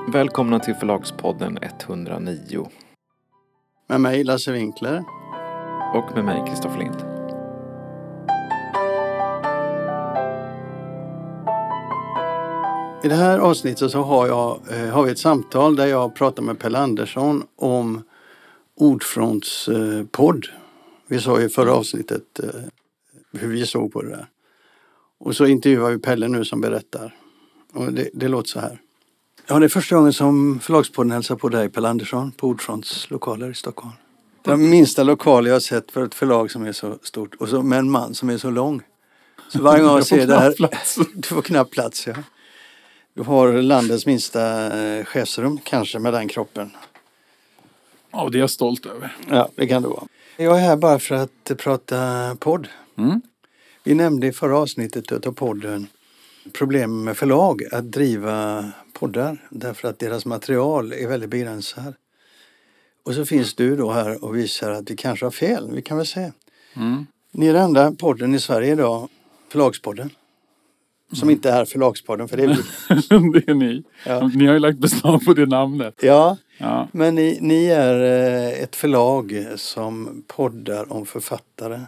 Välkomna till Förlagspodden 109. Med mig Lasse Winkler. Och med mig Kristoffer Lind. I det här avsnittet så har vi ett samtal där jag pratar med Pelle Andersson om Ordfronts podd. Vi sa i förra avsnittet hur vi såg på det där. Och så intervjuar vi Pelle nu som berättar. Och det låter så här. Ja, det är första gången som Förlagspodden hälsar på dig, Pelle Andersson, på Ordfronts lokaler i Stockholm. Den minsta lokal jag har sett för ett förlag som är så stort och så med en man som är så lång. Så varje gång jag ser det här, du får knappt plats, ja. Du har landets minsta chefsrum, kanske med den kroppen. Ja, det är jag stolt över. Ja, det kan det vara. Jag är här bara för att prata podd. Vi nämnde i förra avsnittet av podden problem med förlag att driva poddar. Därför att deras material är väldigt begränsat. Och så finns du då här och visar att vi kanske har fel. Vi kan väl se. Ni är den enda podden i Sverige idag, Förlagspodden. Som inte är Förlagspodden, för det är vi. Det är ni. Ja. Ni har ju lagt beslag på det namnet. Ja. Men ni är ett förlag som poddar om författare.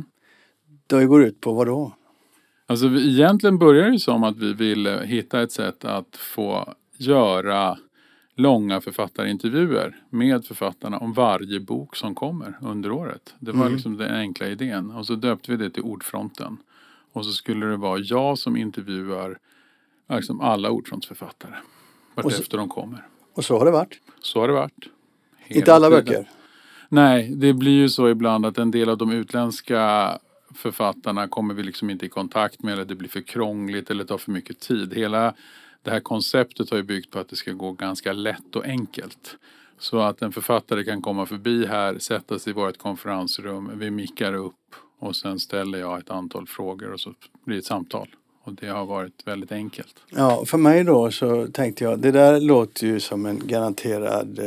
Det går ut på vad då? Alltså egentligen börjar det som att vi vill hitta ett sätt att få göra långa författarintervjuer med författarna om varje bok som kommer under året. Det var liksom den enkla idén. Och så döpte vi det till Ordfronten. Och så skulle det vara jag som intervjuar liksom alla Ordfrontsförfattare. Vartefter de kommer. Och så har det varit? Så har det varit. Inte alla böcker? Nej, det blir ju så ibland att en del av de utländska författarna kommer vi liksom inte i kontakt med, eller det blir för krångligt eller tar för mycket tid. Hela det här konceptet har ju byggt på att det ska gå ganska lätt och enkelt. Så att en författare kan komma förbi här, sätta sig i vårt konferensrum, vi mickar upp och sen ställer jag ett antal frågor och så blir det ett samtal. Och det har varit väldigt enkelt. Ja, för mig då så tänkte jag, det där låter ju som en garanterad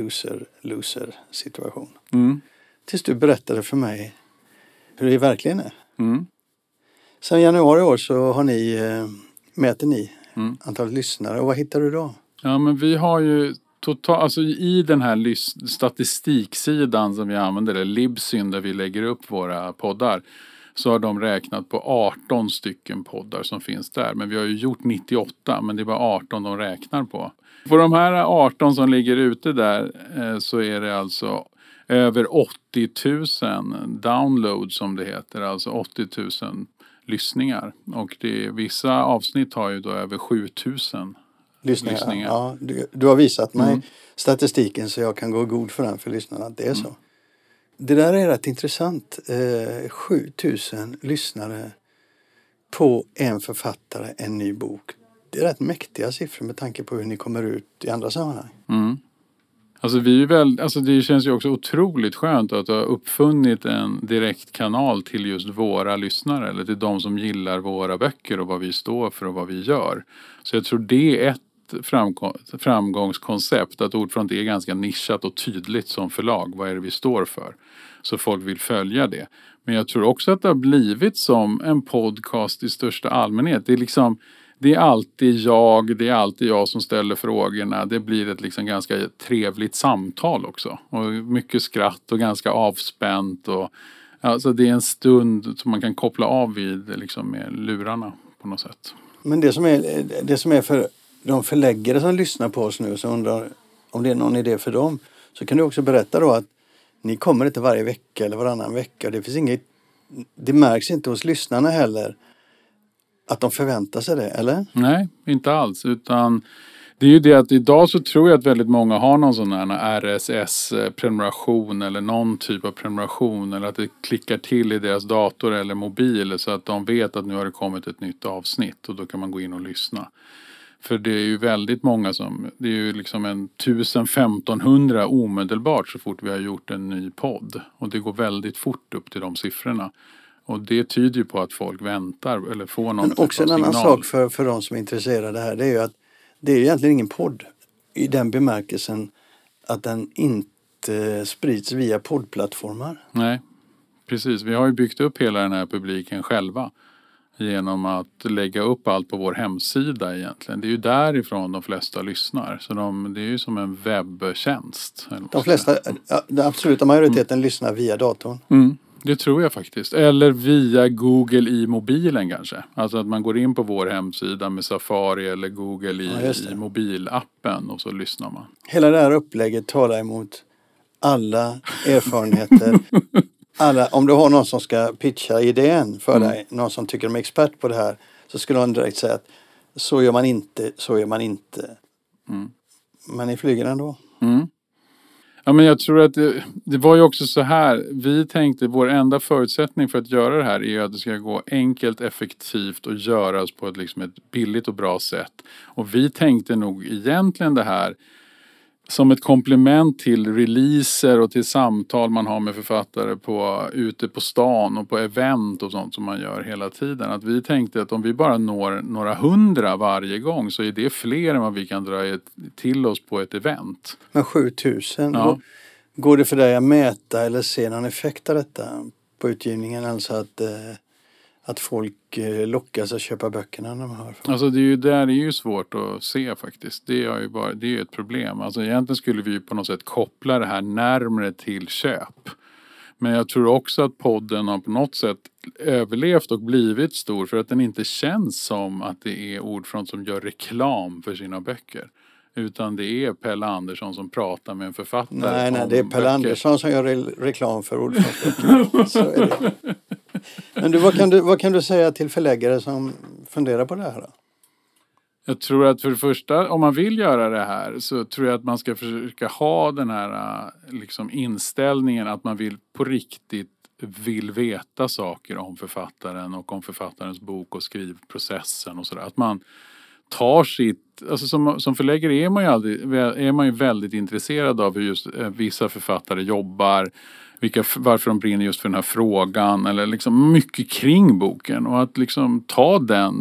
loser-situation. Tills du berättade för mig hur det verkligen är. Sen januari år så har mäter ni antalet lyssnare. Och vad hittar du då? Ja, men vi har ju alltså i den här statistiksidan som vi använder, eller Libsyn, där vi lägger upp våra poddar, så har de räknat på 18 stycken poddar som finns där. Men vi har ju gjort 98, men det är bara 18 de räknar på. På de här 18 som ligger ute där så är det alltså över 80 000 downloads som det heter. Alltså 80 000 lyssningar. Och vissa avsnitt har ju då över 7 000 lyssningar. Ja, du har visat mig statistiken så jag kan gå god för den för lyssnarna att det är så. Det där är rätt intressant. 7 000 lyssnare på en författare, en ny bok. Det är rätt mäktiga siffror med tanke på hur ni kommer ut i andra sammanhang. Alltså det känns ju också otroligt skönt att ha uppfunnit en direktkanal till just våra lyssnare. Eller till de som gillar våra böcker och vad vi står för och vad vi gör. Så jag tror det är ett framgångskoncept, att Ordfront är ganska nischat och tydligt som förlag. Vad är det vi står för? Så folk vill följa det. Men jag tror också att det har blivit som en podcast i största allmänhet. Det är alltid jag som ställer frågorna. Det blir ett liksom ganska trevligt samtal också. Och mycket skratt och ganska avspänt. Och, alltså det är en stund som man kan koppla av vid liksom med lurarna på något sätt. Men det som är för de förläggare som lyssnar på oss nu, så undrar om det är någon idé för dem, så kan du också berätta då att ni kommer inte varje vecka eller varannan vecka. Det märks inte hos lyssnarna heller att de förväntar sig det, eller? Nej, inte alls. Utan det är ju det att idag så tror jag att väldigt många har någon sån här RSS-prenumeration eller någon typ av prenumeration, eller att det klickar till i deras dator eller mobil så att de vet att nu har det kommit ett nytt avsnitt och då kan man gå in och lyssna. För det är ju väldigt många det är ju liksom 1500 omedelbart så fort vi har gjort en ny podd. Och det går väldigt fort upp till de siffrorna. Och det tyder ju på att folk väntar eller får någon typ av signal. Men också en annan sak för de som är intresserade här, det är ju att det är egentligen ingen podd i den bemärkelsen att den inte sprids via poddplattformar. Nej, precis. Vi har ju byggt upp hela den här publiken själva. genom att lägga upp allt på vår hemsida egentligen. Det är ju därifrån de flesta lyssnar. Så det är ju som en webbtjänst. De flesta, den absoluta majoriteten lyssnar via datorn. Det tror jag faktiskt. Eller via Google i mobilen kanske. Alltså att man går in på vår hemsida med Safari eller Google i mobilappen och så lyssnar man. Hela det här upplägget talar emot alla erfarenheter. Om du har någon som ska pitcha idén för dig, någon som tycker de är expert på det här, så skulle han direkt säga att så gör man inte, så gör man inte. Men ni flyger ändå. Ja, men jag tror att det var ju också så här. Vi tänkte vår enda förutsättning för att göra det här är att det ska gå enkelt, effektivt och göras på ett billigt och bra sätt. Och vi tänkte nog egentligen det här som ett komplement till releaser och till samtal man har med författare ute på stan och på event och sånt som man gör hela tiden. Att vi tänkte att om vi bara når några 100 varje gång så är det fler än vad vi kan dra till oss på ett event. Men 7000, ja. Går det för dig att mäta eller se någon effekt av detta på utgivningen? Alltså att folk lockas att köpa böckerna när de hör. Alltså det är ju svårt att se faktiskt. Det är ju ett problem. Alltså egentligen skulle vi på något sätt koppla det här närmare till köp. Men jag tror också att podden har på något sätt överlevt och blivit stor för att den inte känns som att det är Ordfront som gör reklam för sina böcker. Utan det är Pelle Andersson som pratar med en författare. Nej, det är Pelle Andersson som gör reklam för Ordfront. Så är det. Men vad kan du säga till förläggare som funderar på det här då? Jag tror att för det första, om man vill göra det här så tror jag att man ska försöka ha den här inställningen att man på riktigt vill veta saker om författaren och om författarens bok och skrivprocessen och sådär. Att man tar alltså som förläggare är man ju väldigt intresserad av hur just vissa författare jobbar, varför de brinner just för den här frågan eller mycket kring boken och att ta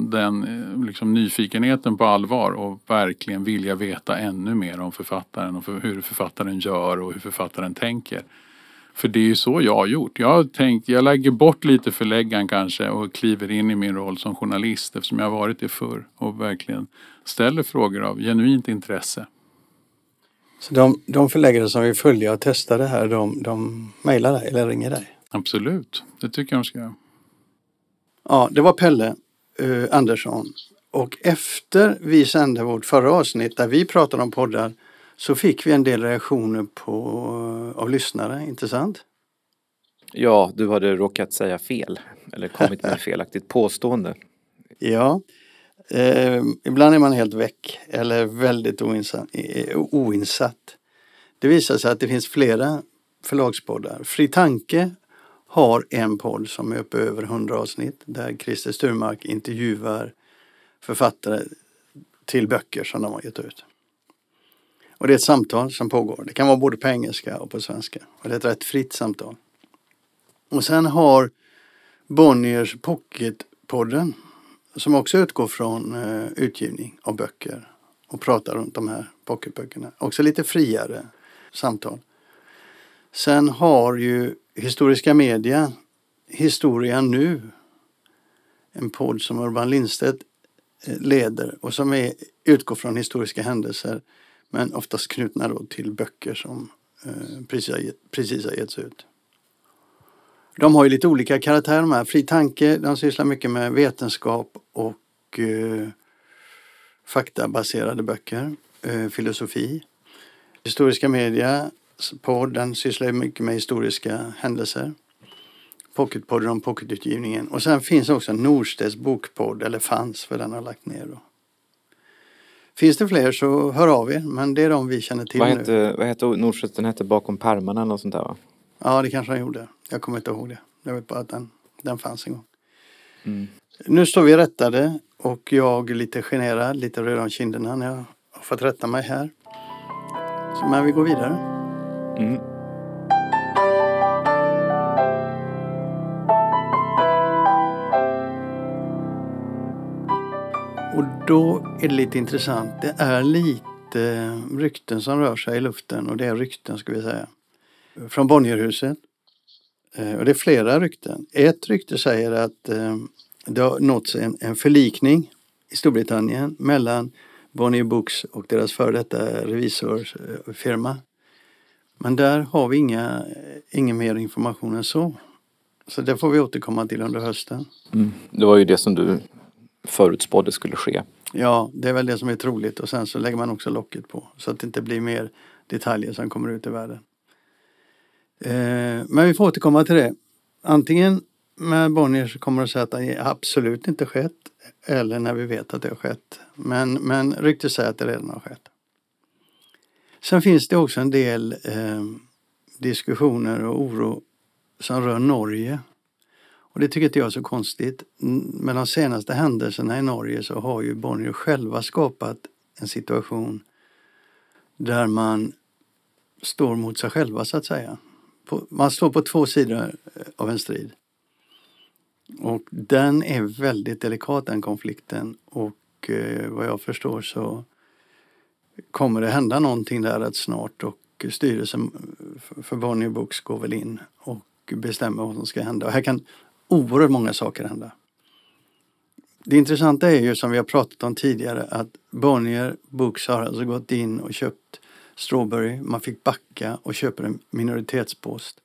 den nyfikenheten på allvar och verkligen vilja veta ännu mer om författaren och hur författaren gör och hur författaren tänker. För det är ju så jag har gjort. Jag lägger bort lite förläggaren kanske och kliver in i min roll som journalist eftersom jag har varit det förr och verkligen ställer frågor av genuint intresse. Så de förläggare som vill följa och testa det här, de mejlar dig eller ringer dig? Absolut, det tycker jag de ska göra. Ja, det var Pelle Andersson. Och efter vi sände vårt förra avsnitt där vi pratade om poddar så fick vi en del reaktioner av lyssnare, inte sant? Ja, du hade råkat säga fel eller kommit med felaktigt påstående. Ja, ibland är man helt väck eller väldigt oinsatt. Det visar sig att det finns flera förlagspoddar. Fri Tanke har en podd som är uppe över 100 avsnitt där Christer Sturmark intervjuar författare till böcker som de har gett ut. Och det är ett samtal som pågår. Det kan vara både på engelska och på svenska. Och det är ett rätt fritt samtal. Och sen har Bonniers Pocketpodden som också utgår från utgivning av böcker och pratar runt de här pocketböckerna. Också lite friare samtal. Sen har ju Historiska Media Historia Nu, en podd som Urban Lindstedt leder och som utgår från historiska händelser men oftast knutna då till böcker som precis har getts ut. De har ju lite olika karaktärer de här. Fri Tanke, de sysslar mycket med vetenskap och faktabaserade böcker, filosofi. Historiska Media podden sysslar mycket med historiska händelser. Pocketpodden om pocketutgivningen. Och sen finns också Norstedts bokpodd, eller fanns för den har lagt ner då. Finns det fler så hör av er, men det är de vi känner till nu. Vad hette Norstedts? Den hette Bakom pärmarna eller något sånt där va? Ja, det kanske han gjorde. Jag kommer inte ihåg det. Jag vet bara att den fanns en gång. Mm. Nu står vi rättade och jag är lite generad, lite röd om kinderna när jag har fått rätta mig här. Men vi går vidare. Mm. Och då är det lite intressant. Det är lite rykten som rör sig i luften. Och det är rykten ska vi säga. Från Bonnierhuset. Och det är flera rykten. Ett rykte säger att det har nåtts en förlikning i Storbritannien mellan Bonnier Books och deras före detta revisorsfirma. Men där har vi ingen mer information än så. Så det får vi återkomma till under hösten. Det var ju det som du förutspådde skulle ske. Ja, det är väl det som är troligt. Och sen så lägger man också locket på. Så att det inte blir mer detaljer som kommer ut i världen. Men vi får återkomma till det. Antingen med Bonnier så kommer det att säga att det absolut inte skett. Eller när vi vet att det har skett. Men ryktet säger att det redan har skett. Sen finns det också en del diskussioner och oro som rör Norge. Och det tycker inte jag är så konstigt. Med de senaste händelserna i Norge så har ju Bonnier själva skapat en situation där man står mot sig själva så att säga. Man står på två sidor av en strid. Och den är väldigt delikat, den konflikten. Och vad jag förstår så kommer det hända någonting där rätt snart. Och styrelsen för Bonnier Books går väl in och bestämmer vad som ska hända. Och här kan oerhört många saker hända. Det intressanta är ju som vi har pratat om tidigare att Bonnier Books har alltså gått in och köpt Strawberry. Man fick backa och köpa en minoritetspost.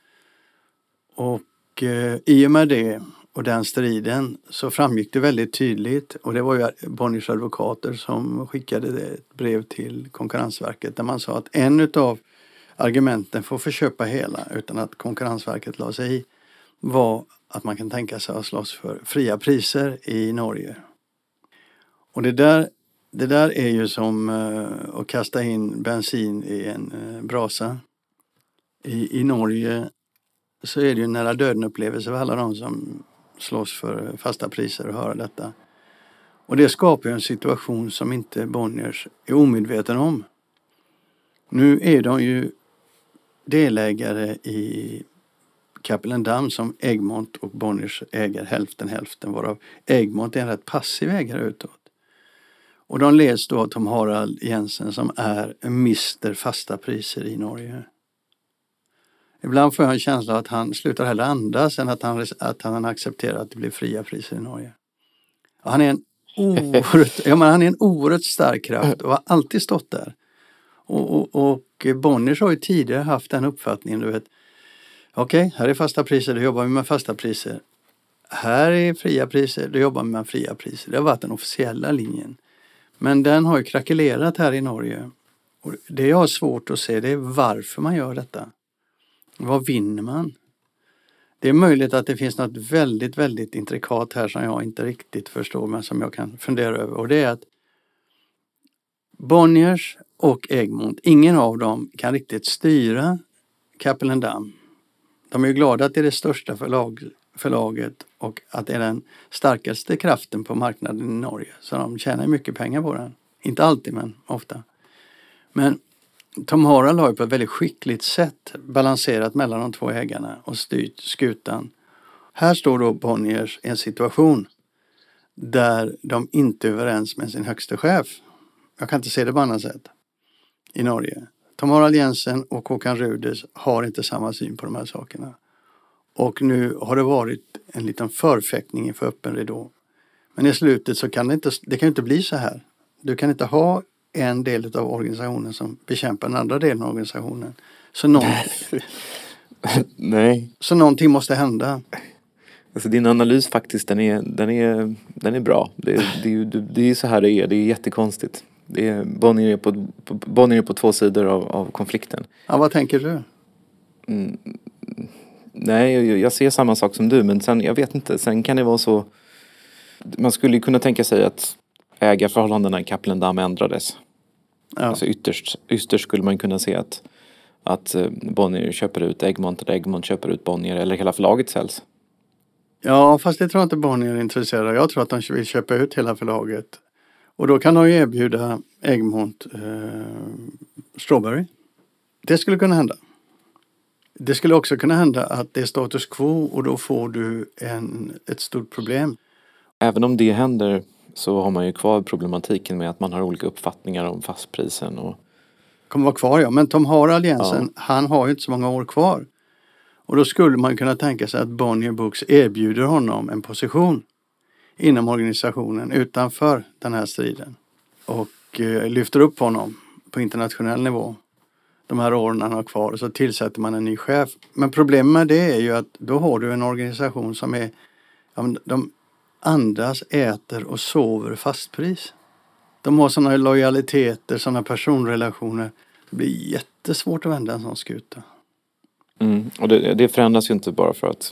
Och i och med det och den striden så framgick det väldigt tydligt. Och det var ju Bonniers advokater som skickade ett brev till Konkurrensverket. Där man sa att en utav argumenten för att få köpa hela utan att Konkurrensverket la sig i var att man kan tänka sig att slåss för fria priser i Norge. Och det där är ju som att kasta in bensin i en brasa. I Norge så är det ju en nära döden upplevelse för alla de som slåss för fasta priser och höra detta. Och det skapar ju en situation som inte Bonniers är omedveten om. Nu är de ju delägare i Cappelen Damm som Egmont och Bonniers äger hälften varav Egmont är en rätt passiv ägare utåt. Och de leds då av Tom Harald Jensen som är Mr. fasta priser i Norge. Ibland får jag en känsla av att han slutar hellre andas än att han accepterar att det blir fria priser i Norge. Och han är en oerhört stark kraft och har alltid stått där. Och Bonniers har ju tidigare haft den uppfattningen, du vet. Okej, här är fasta priser, då jobbar vi med fasta priser. Här är fria priser, då jobbar vi med fria priser. Det har varit den officiella linjen. Men den har ju krackelerat här i Norge. Och det jag har svårt att se det är varför man gör detta. Vad vinner man? Det är möjligt att det finns något väldigt, väldigt intrikat här som jag inte riktigt förstår men som jag kan fundera över. Och det är att Bonniers och Egmont, ingen av dem kan riktigt styra Cappelen Damm. De är ju glada att det är det största förlaget och att det är den starkaste kraften på marknaden i Norge. Så de tjänar mycket pengar på den. Inte alltid men ofta. Men Tom Harald har ju på ett väldigt skickligt sätt balanserat mellan de två ägarna och styrt skutan. Här står då Bonniers i en situation där de inte är överens med sin högste chef. Jag kan inte se det på annat sätt i Norge. Tom Harald Jensen och Håkan Ruders har inte samma syn på de här sakerna. Och nu har det varit en liten förfäktning inför öppen ridå. Men i slutet så kan det kan inte bli så här. Du kan inte ha en del av organisationen som bekämpar den andra delen av organisationen. Så någonting måste hända. Alltså din analys faktiskt, den är bra. Det är så här det är jättekonstigt. Bonnier är på två sidor av konflikten. Ja, vad tänker du? Nej, jag ser samma sak som du, men sen, jag vet inte, sen kan det vara så, man skulle kunna tänka sig att ägarförhållandena i Cappelen Damm ändrades. Ja. Alltså ytterst skulle man kunna se att Bonnier köper ut Egmont eller Egmont köper ut Bonnier eller hela förlaget säljs. Ja, fast det tror jag inte Bonnier är intresserade. Jag tror att de vill köpa ut hela förlaget. Och då kan de ju erbjuda Egmont Strawberry. Det skulle kunna hända. Det skulle också kunna hända att det är status quo och då får du ett stort problem. Även om det händer så har man ju kvar problematiken med att man har olika uppfattningar om fastprisen. Kommer vara kvar, ja. Men Tom Harald Jensen, han har ju inte så många år kvar. Och då skulle man kunna tänka sig att Bonnier Books erbjuder honom en position. inom organisationen utanför den här striden. Och lyfter upp honom på internationell nivå. De här åren han har kvar, och så tillsätter man en ny chef. Men problemet med det är ju att då har du en organisation som är, de andas, äter och sover fastpris. De har sådana lojaliteter, sådana personrelationer. Det blir jättesvårt att vända en sån skuta. Och det förändras ju inte bara för att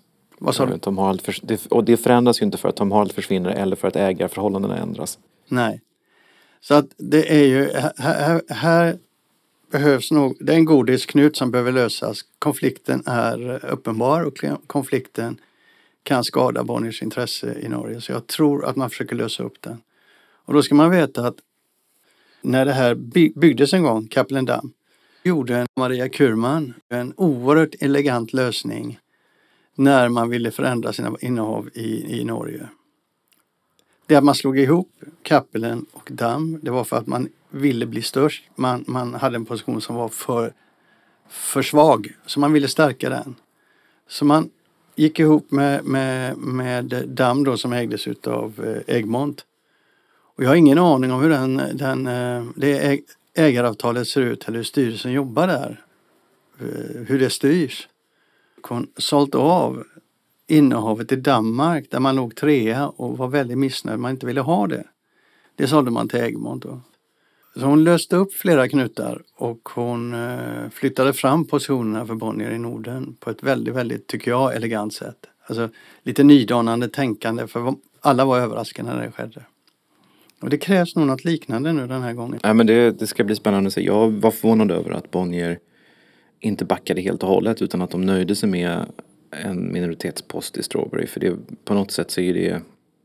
det förändras ju inte för att Tom Harald försvinner eller för att ägarförhållandena ändras. Nej. Så att det är ju här behövs nog, det är en godisknut som behöver lösas. Konflikten är uppenbar och konflikten kan skada Bonniers intresse i Norge. Så jag tror att man försöker lösa upp den. Och då ska man veta att när det här byggdes en gång, Kapellendam, gjorde Maria Kurman en oerhört elegant lösning när man ville förändra sina innehav i Norge. Det att man slog ihop Kapellen och Damm, det var för att man ville bli störst. Man hade en position som var för svag, så man ville stärka den. Så man gick ihop med Damm då, som ägdes av Egmont. Och jag har ingen aning om hur det ägaravtalet ser ut eller hur styrelsen jobbar där. Hur det styrs. Hon sålde av innehavet i Danmark där man låg 3 och var väldigt missnöjd. Man inte ville ha det. Det sålde man till Egmont då. Så hon löste upp flera knutar och hon flyttade fram positionerna för Bonnier i Norden på ett väldigt, väldigt, tycker jag, elegant sätt. Alltså lite nydanande tänkande, för alla var överraskade när det skedde. Och det krävs nog något liknande nu den här gången. Ja, men det ska bli spännande att se. Jag var förvånad över att Bonnier inte backade helt och hållet, utan att de nöjde sig med en minoritetspost i Strawberry. För det, på något sätt så är det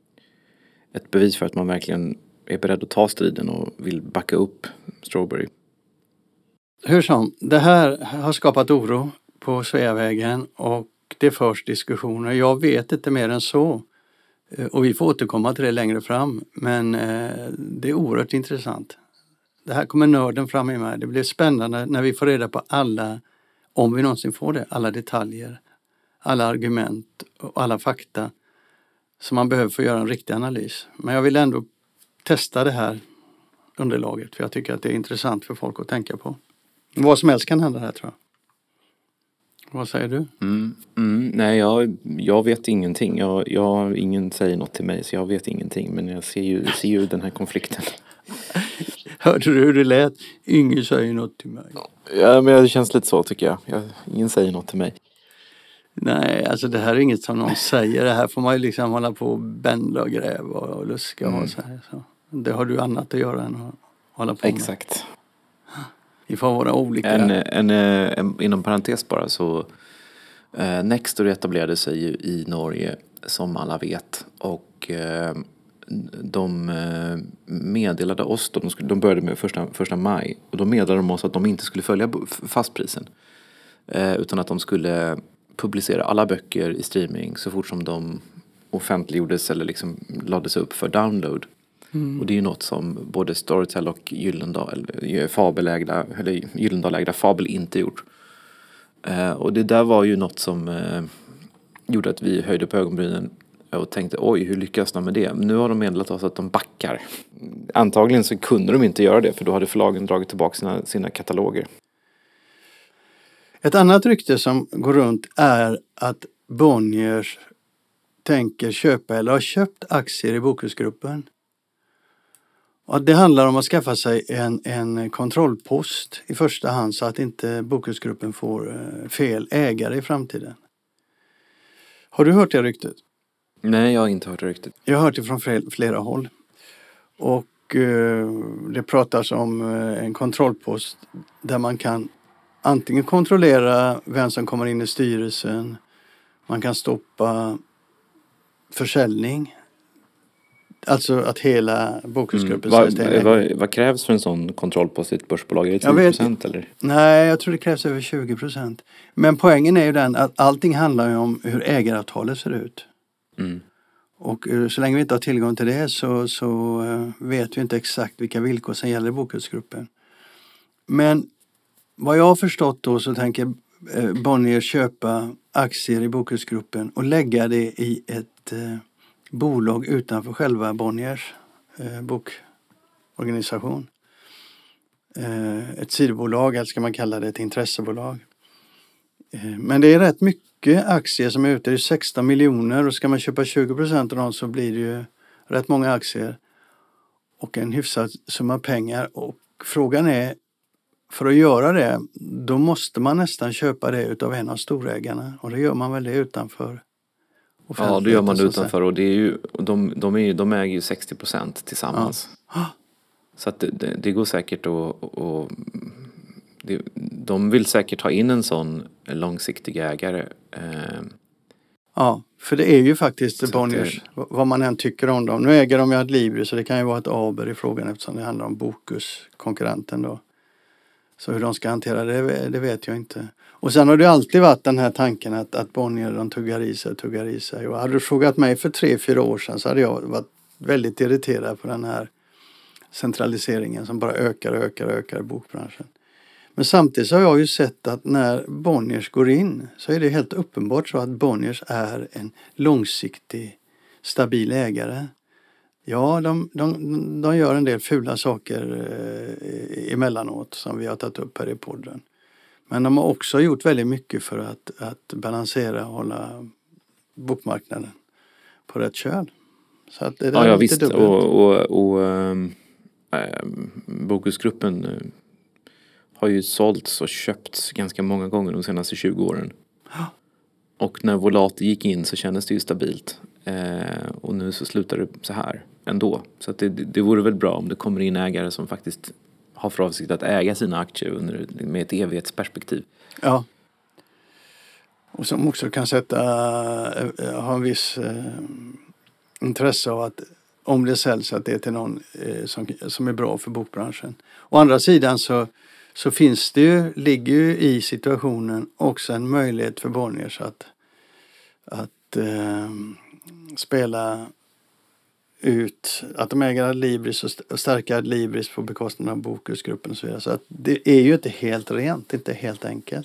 ett bevis för att man verkligen är beredd att ta striden och vill backa upp Strawberry. Hur som, det här har skapat oro på Sveavägen och det förs diskussioner. Jag vet inte mer än så. Och vi får återkomma till det längre fram. Men det är oerhört intressant. Det här kommer nörden fram i mig. Det blir spännande när vi får reda på alla, om vi någonsin får det, alla detaljer, alla argument och alla fakta som man behöver för att göra en riktig analys. Men jag vill ändå testa det här underlaget, för jag tycker att det är intressant för folk att tänka på. Vad som helst kan hända här, tror jag. Vad säger du? Nej, jag vet ingenting. Ingen säger något till mig, så jag vet ingenting. Men jag ser ju den här konflikten. Hörde du hur det lät? Ingen säger något till mig. Ja, men det känns lite så, tycker jag. Ingen säger något till mig. Nej, alltså det här är inget som någon säger. Det här får man ju liksom hålla på och bända och gräva och luska och så här. Så det har du annat att göra än att hålla på med. Exakt. Vi får vara olika. Inom parentes bara, så Nextory etablerade sig ju i Norge, som alla vet. Och de meddelade oss, de började med första maj. Och då meddelade de oss att de inte skulle följa fastprisen. Utan att de skulle publicera alla böcker i streaming så fort som de offentliggjordes eller liksom lades upp för download. Och det är ju något som både Storytel och Gyldendal-ägda Fabel inte gjort. Och det där var ju något som gjorde att vi höjde på ögonbrynen och tänkte, oj, hur lyckas de med det? Nu har de meddelat oss att de backar. Antagligen så kunde de inte göra det, för då hade förlagen dragit tillbaka sina kataloger. Ett annat rykte som går runt är att Bonniers tänker köpa eller har köpt aktier i Bokhusgruppen. Och det handlar om att skaffa sig en kontrollpost i första hand, så att inte Bokhusgruppen får fel ägare i framtiden. Har du hört det ryktet? Nej, jag har inte hört det ryktet. Jag har hört det från flera håll. Och det pratas om en kontrollpost där man kan antingen kontrollera vem som kommer in i styrelsen. Man kan stoppa försäljning. Alltså att hela Bokhusgruppen vad krävs för en sån kontrollpost i ett börsbolag? Är det 10% eller? Nej, jag tror det krävs över 20%. Men poängen är ju den att allting handlar ju om hur ägaravtalet ser ut. Och så länge vi inte har tillgång till det så vet vi inte exakt vilka villkor som gäller i Bokhusgruppen. Men vad jag har förstått då, så tänker Bonnier köpa aktier i Bokhusgruppen och lägga det i ett bolag utanför själva Bonniers bokorganisation. Ett sidobolag, eller ska man kalla det ett intressebolag. Men det är rätt mycket aktier som är ute. Det är 16 miljoner och ska man köpa 20% av dem så blir det ju rätt många aktier och en hyfsad summa pengar. Och frågan är, för att göra det, då måste man nästan köpa det utav en av storägarna. Och det gör man väl det utanför. Ja, då gör man det utanför och det är ju, de äger ju 60% tillsammans. Ja. Så att det går säkert och de vill säkert ha in en sån långsiktig ägare. Ja, för det är ju faktiskt Bonniers, vad man än tycker om dem. Nu äger de ju Adlibris så det kan ju vara ett aber i frågan eftersom det handlar om Bokus, konkurrenten då. Så hur de ska hantera det vet jag inte. Och sen har det alltid varit den här tanken att Bonnier de tuggar i sig. Och hade du frågat mig för 3-4 år sedan så hade jag varit väldigt irriterad på den här centraliseringen som bara ökar i bokbranschen. Men samtidigt så har jag ju sett att när Bonniers går in så är det helt uppenbart så att Bonniers är en långsiktig, stabil ägare. Ja, de gör en del fula saker emellanåt som vi har tagit upp här i podden. Men de har också gjort väldigt mycket för att balansera och hålla bokmarknaden på rätt köl. Så att det där ja, är visst. dubbelt. Och Bokusgruppen har ju sålts och köpts ganska många gånger de senaste 20 åren. Ja. Och när Volati gick in så kändes det ju stabilt. Och nu så slutar det så här ändå. Så att det vore väl bra om det kommer in ägare som faktiskt har för avsikt att äga sina aktier med ett evighetsperspektiv. Ja. Och som också kan ha en viss intresse av att om det säljs att det är till någon som är bra för bokbranschen. Å andra sidan så finns det ju, ligger ju i situationen också en möjlighet för Bonniers att spela ut, att de äger Adlibris och stärka Adlibris på bekostnad av Bokusgruppen och så vidare. Så att det är ju inte helt rent, inte helt enkelt.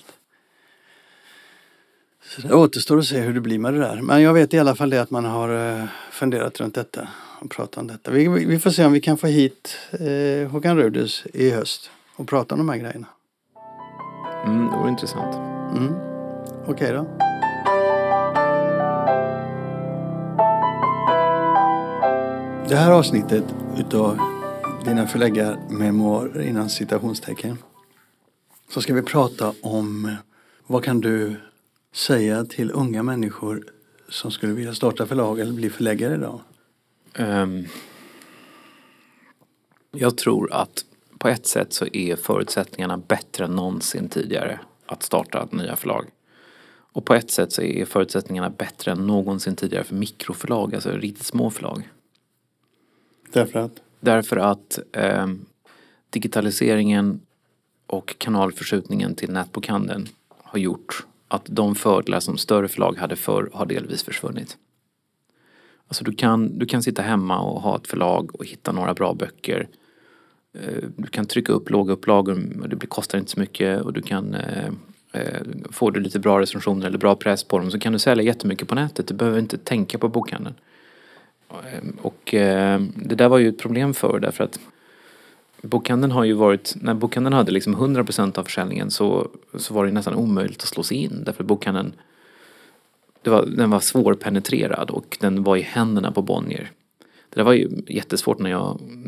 Så det återstår att se hur det blir med det där. Men jag vet i alla fall det att man har funderat runt detta och pratat om detta. Vi får se om vi kan få hit Håkan Ruders i höst och prata om de här grejerna. Det var intressant. Okej då. Det här avsnittet utav dina förläggarmemoarer innan citationstecken så ska vi prata om vad kan du säga till unga människor som skulle vilja starta förlag eller bli förläggare idag? Jag tror att på ett sätt så är förutsättningarna bättre än någonsin tidigare att starta nya förlag. Och på ett sätt så är förutsättningarna bättre än någonsin tidigare för mikroförlag, alltså riktigt små förlag. Därför att digitaliseringen och kanalförskjutningen till nätbokhandeln har gjort att de fördelar som större förlag hade förr har delvis försvunnit. Alltså du kan sitta hemma och ha ett förlag och hitta några bra böcker. Du kan trycka upp låga upplagor och det kostar inte så mycket och du kan få du lite bra recensioner eller bra press på dem så kan du sälja jättemycket på nätet. Du behöver inte tänka på bokhandeln. Och det där var ju ett problem för därför att bokhandeln har ju varit, när bokhandeln hade liksom 100% av försäljningen så var det nästan omöjligt att slå sig in därför att bokhandeln den var svårpenetrerad och den var i händerna på Bonnier. Det där var ju jättesvårt när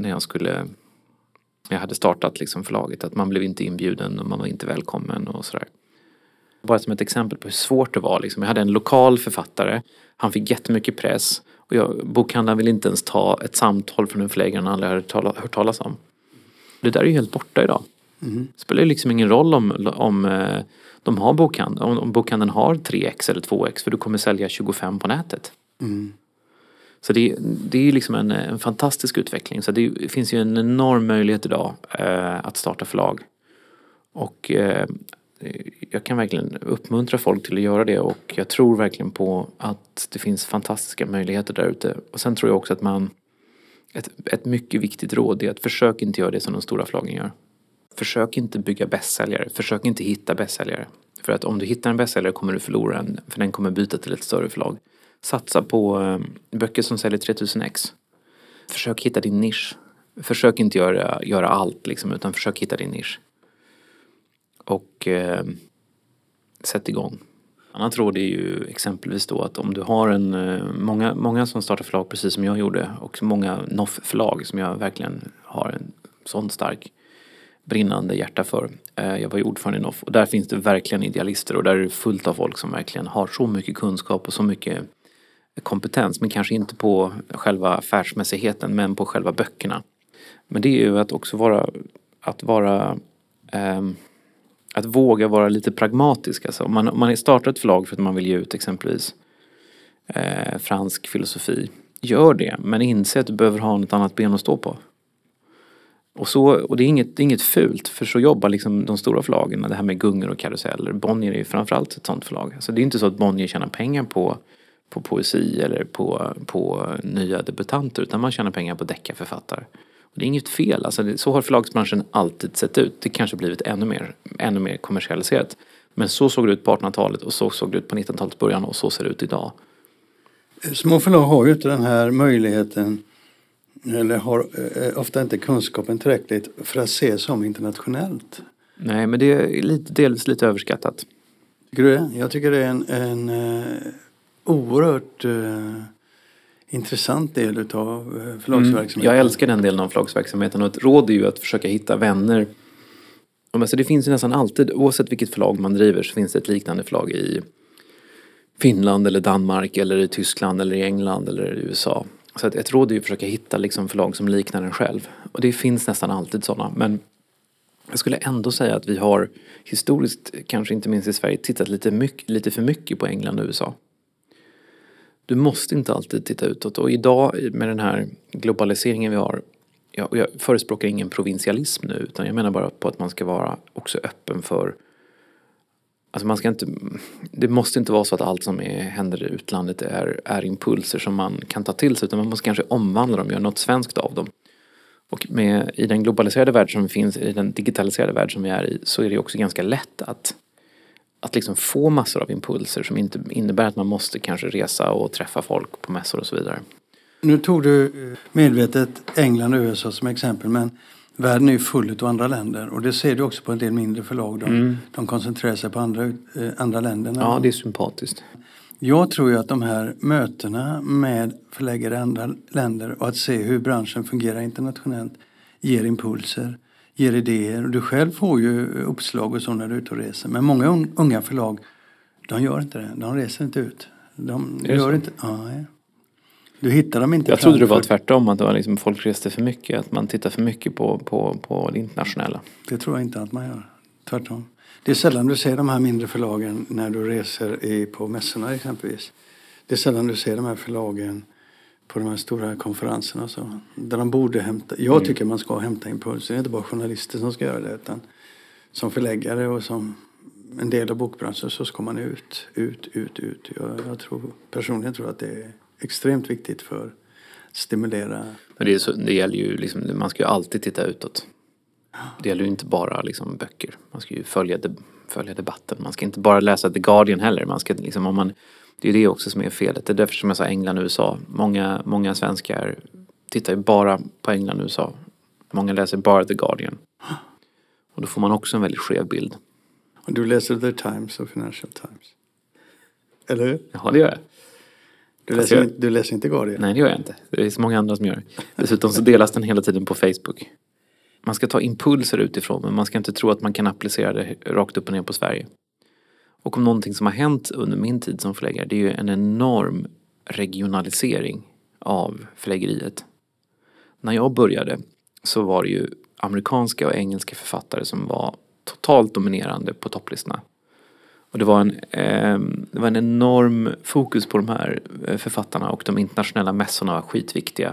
jag hade startat liksom förlaget, att man blev inte inbjuden och man var inte välkommen och sådär. Bara som ett exempel på hur svårt det var liksom. Jag hade en lokal författare, han fick jättemycket press och bokhandlaren ville inte ens ta ett samtal från en förläggare han aldrig hade hört talas om. Det där är ju helt borta idag. Det spelar ju liksom ingen roll om de har bokhandeln, om bokhandeln har 3x eller 2x för du kommer sälja 25 på nätet. Så det är ju liksom en fantastisk utveckling. Så det finns ju en enorm möjlighet idag att starta förlag. Och jag kan verkligen uppmuntra folk till att göra det. Och jag tror verkligen på att det finns fantastiska möjligheter där ute. Och sen tror jag också att ett mycket viktigt råd är att försök inte göra det som de stora förlagen gör. Försök inte bygga bästsäljare. Försök inte hitta bästsäljare. För att om du hittar en bästsäljare kommer du förlora den. För den kommer byta till ett större förlag. Satsa på böcker som säljer 3000 ex. Försök hitta din nisch. Försök inte göra allt liksom, utan försök hitta din nisch. Och sätt igång. Annat råd är ju exempelvis då att om du har många som startar förlag precis som jag gjorde, och många NOF-förlag som jag verkligen har en sån stark brinnande hjärta för. Jag var ju ordförande i NOF, och där finns det verkligen idealister, och där är det fullt av folk som verkligen har så mycket kunskap och så mycket kompetens, men kanske inte på själva affärsmässigheten, men på själva böckerna. Men det är ju att också att våga vara lite pragmatisk. Alltså, om man startar ett förlag för att man vill ge ut exempelvis fransk filosofi, gör det, men inse att du behöver ha något annat ben att stå på. Och det är inget fult, för så jobbar liksom de stora förlagen, det här med gungor och karuseller. Bonnier är ju framförallt ett sånt förlag. Alltså det är inte så att Bonnier tjänar pengar på poesi eller på nya debutanter, utan man tjänar pengar på deckarförfattare. Och det är inget fel, alltså så har förlagsbranschen alltid sett ut. Det kanske blivit ännu mer kommersialiserat. Men så såg det ut på 1800-talet, och så såg det ut på 1900-talets början, och så ser det ut idag. Små förlag har ju inte den här möjligheten, eller har ofta inte kunskapen tillräckligt för att se som internationellt. Nej, men det är delvis lite överskattat. Tycker du det? Jag tycker det är en oerhört intressant del av förlagsverksamheten. Jag älskar den delen av förlagsverksamheten, och ett råd är ju att försöka hitta vänner. Alltså det finns ju nästan alltid, oavsett vilket förlag man driver, så finns det ett liknande förlag i Finland eller Danmark eller i Tyskland eller i England eller i USA. Så ett råd är ju att försöka hitta liksom förlag som liknar en själv. Och det finns nästan alltid sådana. Men jag skulle ändå säga att vi har historiskt, kanske inte minst i Sverige, tittat lite för mycket på England och USA. Du måste inte alltid titta utåt. Och idag med den här globaliseringen vi har, jag förespråkar ingen provinsialism nu, utan jag menar bara på att man ska vara också öppen för, alltså det måste inte vara så att allt som händer i utlandet är impulser som man kan ta till sig, utan man måste kanske omvandla dem, göra något svenskt av dem. Och i den globaliserade värld som finns, i den digitaliserade värld som vi är i, så är det också ganska lätt att liksom få massor av impulser som inte innebär att man måste kanske resa och träffa folk på mässor och så vidare. Nu tog du medvetet England och USA som exempel, men världen är ju full av andra länder, och det ser du också på en del mindre förlag. De koncentrerar sig på andra länder. Ja, det är sympatiskt. Jag tror ju att de här mötena med förläggare i andra länder och att se hur branschen fungerar internationellt ger impulser, ger idéer. Du själv får ju uppslag och så när du är ute och reser. Men många unga förlag, de gör inte det. De reser inte ut. De gör inte. Ja. Du hittar dem inte. Jag trodde det var tvärtom, att det var liksom folk reste för mycket, att man tittar för mycket på det internationella. Det tror jag inte att man gör. Tvärtom. Det är sällan du ser de här mindre förlagen när du reser på mässorna exempelvis. Det är sällan du ser de här förlagen på de här stora konferenserna och så. Där de borde hämta. Jag tycker man ska hämta impulser. Det är inte bara journalister som ska göra det, utan som förläggare och som en del av bokbranschen så ska man ut. Jag personligen tror att det är extremt viktigt för att stimulera. Men det gäller ju liksom, man ska ju alltid titta utåt. Det gäller ju inte bara liksom böcker. Man ska ju följa debatten. Man ska inte bara läsa The Guardian heller. Man ska liksom, det är det också som är felet. Det är därför som jag sa England och USA. Många svenskar tittar ju bara på England och USA. Många läser bara The Guardian. Och då får man också en väldigt skev bild. Och du läser The Times och Financial Times? Eller hur? Ja, det gör jag. Du läser inte Guardian? Nej, det gör jag inte. Det är så många andra som gör. Dessutom så delas den hela tiden på Facebook. Man ska ta impulser utifrån, men man ska inte tro att man kan applicera det rakt upp och ner på Sverige. Och om någonting som har hänt under min tid som förläggare, det är ju en enorm regionalisering av förläggeriet. När jag började så var det ju amerikanska och engelska författare som var totalt dominerande på topplistorna. Och det var en enorm fokus på de här författarna, och de internationella mässorna var skitviktiga.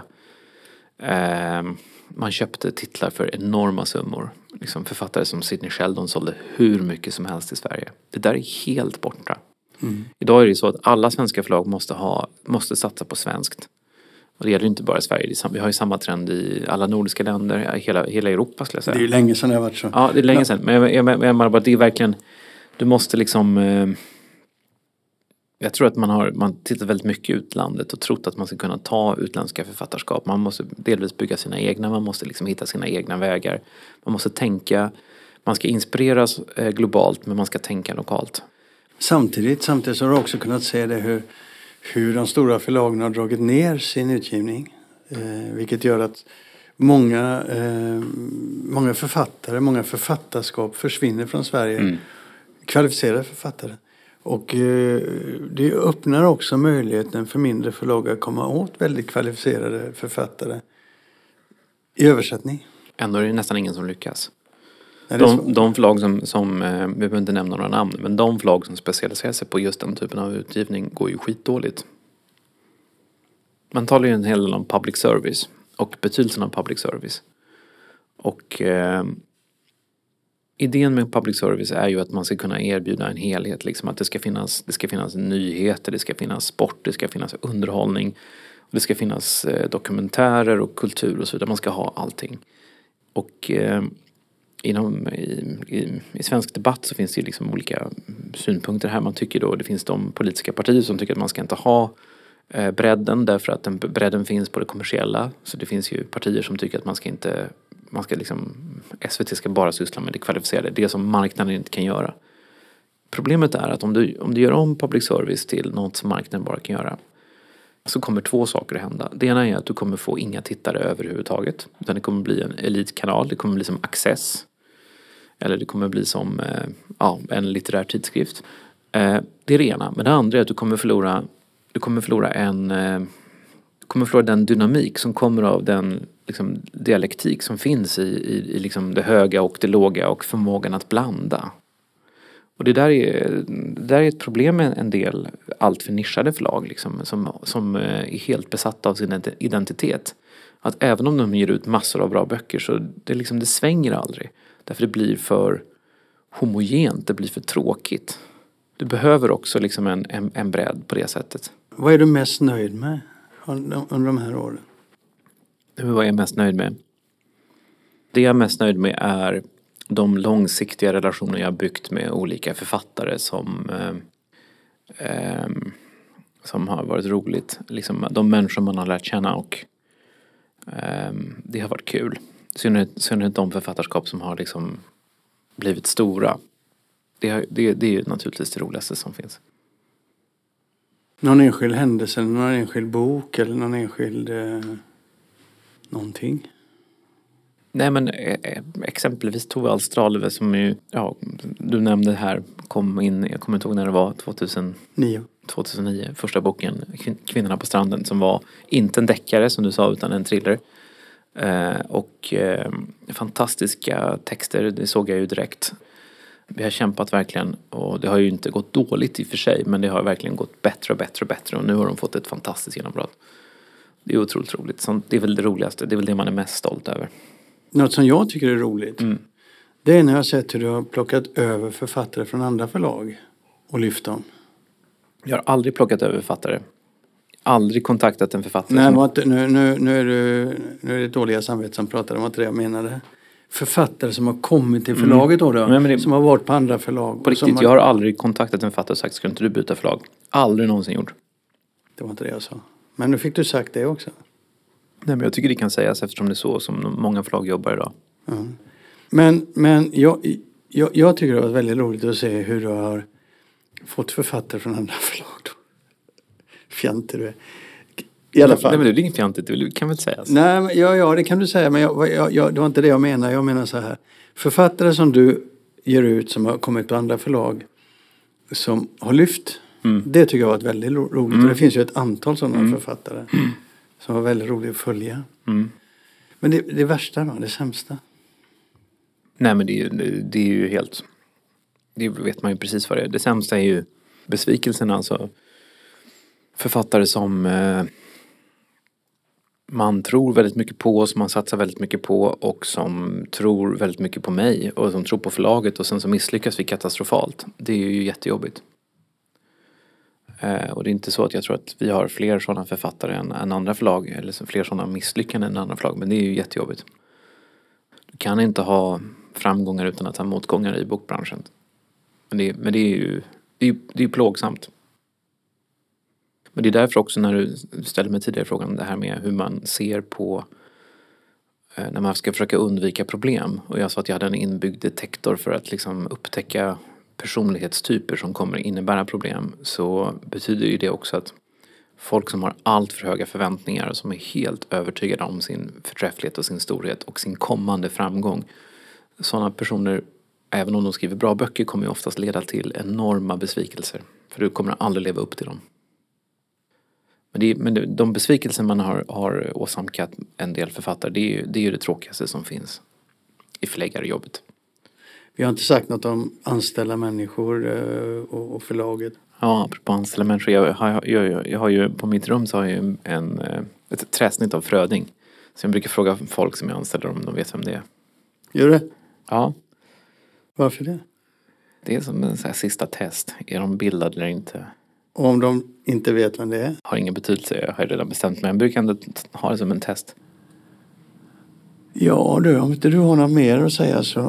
Man köpte titlar för enorma summor. Liksom författare som Sidney Sheldon sålde hur mycket som helst i Sverige. Det där är helt borta. Idag är det så att alla svenska förlag måste satsa på svenskt. Och det gäller inte bara i Sverige. Vi har ju samma trend i alla nordiska länder, hela Europa skulle jag säga. Det är ju länge sedan det har varit så. Ja, det är länge sedan. Men jag menar bara att det är verkligen, du måste liksom Jag tror att man tittat väldigt mycket i utlandet och trott att man ska kunna ta utländska författarskap. Man måste delvis bygga sina egna, man måste liksom hitta sina egna vägar. Man måste tänka, man ska inspireras globalt men man ska tänka lokalt. Samtidigt så har du också kunnat se det hur de stora förlagen har dragit ner sin utgivning. Vilket gör att många författare, många författarskap försvinner från Sverige. Kvalificerade författare. Och det öppnar också möjligheten för mindre förlag att komma åt väldigt kvalificerade författare i översättning. Ändå är det nästan ingen som lyckas. De förlag som vi behöver inte nämna några namn, men de förlag som specialiserar sig på just den typen av utgivning går ju skitdåligt. Man talar ju en hel del om public service och betydelsen av public service. Och idén med public service är ju att man ska kunna erbjuda en helhet. Liksom att det ska finnas nyheter, det ska finnas sport, det ska finnas underhållning. Och det ska finnas dokumentärer och kultur och så vidare. Man ska ha allting. Och i svensk debatt så finns det ju liksom olika synpunkter här. Man tycker då, det finns de politiska partier som tycker att man ska inte ha bredden därför att bredden finns på det kommersiella. Så det finns ju partier som tycker att SVT ska bara syssla med det kvalificerade, det som marknaden inte kan göra. Problemet är att om du gör om public service till något som marknaden bara kan göra, så kommer två saker att hända. Det ena är att du kommer få inga tittare överhuvudtaget, utan det kommer bli en elitkanal, det kommer bli som Access, eller det kommer bli som en litterär tidskrift. Det är det ena. Men det andra är att du kommer förlora den dynamik som kommer av den liksom dialektik som finns i liksom det höga och det låga och förmågan att blanda. Och det där är ett problem med en del allt för nischade förlag liksom, som är helt besatta av sin identitet. Att även om de ger ut massor av bra böcker så det svänger aldrig. Därför det blir för homogent, det blir för tråkigt. Du behöver också liksom en bredd på det sättet. Vad är du mest nöjd med under de här åren? Vad är jag mest nöjd med? Det jag är mest nöjd med är de långsiktiga relationer jag har byggt med olika författare som har varit roligt. Liksom de människor man har lärt känna och det har varit kul. Synnerhet de författarskap som har liksom blivit stora. Det är ju naturligtvis det roligaste som finns. Någon enskild händelse, någon enskild bok eller någon enskild någonting? Nej, men exempelvis Tove Alstralve som ju, du nämnde här, kom in, jag kommer inte ihåg när det var, 2009, första boken, Kvinnorna på stranden, som var inte en deckare som du sa utan en thriller. Och fantastiska texter, det såg jag ju direkt. Vi har kämpat verkligen och det har ju inte gått dåligt i och för sig, men det har verkligen gått bättre och bättre och bättre och nu har de fått ett fantastiskt genombrott. Det är otroligt roligt. Det är väl det roligaste, det är väl det man är mest stolt över. Något som jag tycker är roligt, det är när jag har sett hur du har plockat över författare från andra förlag och lyft dem. Jag har aldrig plockat över författare. Aldrig kontaktat en författare. Nej, nu är det dåliga samvete som pratar, det var inte det jag menade. Författare som har kommit till förlaget som har varit på andra förlag. På riktigt, jag har aldrig kontaktat en författare och sagt, ska inte du byta förlag? Aldrig någonsin gjort. Det var inte det jag sa. Men nu fick du sagt det också. Nej, men jag tycker det kan sägas eftersom det är så som många förlag jobbar idag. Men jag tycker det var väldigt roligt att se hur du har fått författare från andra förlag. Fjantig du är. I alla fall. Nej, men det är inget fjantigt, det kan väl sägas. Nej, men, ja, det kan du säga. Men det var inte det jag menar. Jag menar så här. Författare som du ger ut som har kommit på andra förlag som har lyft. Det tycker jag var väldigt roligt. Och det finns ju ett antal sådana författare som var väldigt roligt att följa. Men det värsta då, det sämsta? Nej, men det är ju helt... Det vet man ju precis vad det är. Det sämsta är ju besvikelsen, alltså. Författare som man tror väldigt mycket på, som man satsar väldigt mycket på och som tror väldigt mycket på mig och som tror på förlaget och sen så misslyckas vi katastrofalt. Det är ju jättejobbigt. Och det är inte så att jag tror att vi har fler sådana författare än andra förlag eller fler sådana misslyckanden än andra förlag, men det är ju jättejobbigt. Du kan inte ha framgångar utan att ha motgångar i bokbranschen. Men det är ju plågsamt. Men det är därför också när du ställde mig tidigare frågan det här med hur man ser på när man ska försöka undvika problem. Och jag sa att jag hade en inbyggd detektor för att liksom upptäcka personlighetstyper som kommer innebära problem. Så betyder ju det också att folk som har allt för höga förväntningar och som är helt övertygade om sin förträfflighet och sin storhet och sin kommande framgång. Sådana personer, även om de skriver bra böcker, kommer ju oftast leda till enorma besvikelser. För du kommer aldrig leva upp till dem. Men de besvikelser man har åsamkat en del författare, det är ju det tråkigaste som finns i förläggarjobbet. Vi har inte sagt något om anställda människor och förlaget. Ja, apropå anställda människor. Jag har ju på mitt rum så har jag ett träsnitt av Fröding. Så jag brukar fråga folk som jag anställer om de vet vem det är. Gör det? Ja. Varför det? Det är som en så här sista test. Är de bildade eller inte? Och om de inte vet vem det är? Har ingen betydelse, jag har redan bestämt mig. Jag brukar ändå ha det som en test. Ja du, om inte du har något mer att säga så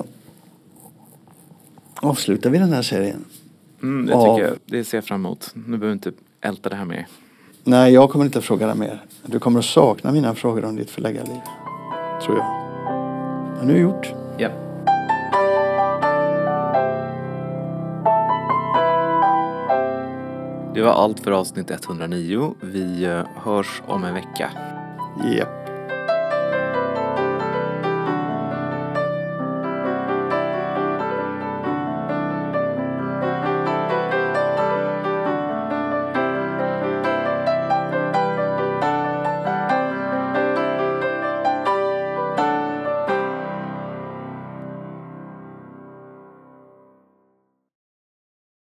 avslutar vi den här serien. Det tycker jag. Det ser jag fram emot. Nu behöver vi inte älta det här mer. Nej, jag kommer inte att fråga dig mer. Du kommer att sakna mina frågor om ditt förläggarliv. Tror jag. Men nu är det gjort. Ja. Det var allt för avsnitt 109. Vi hörs om en vecka. Japp.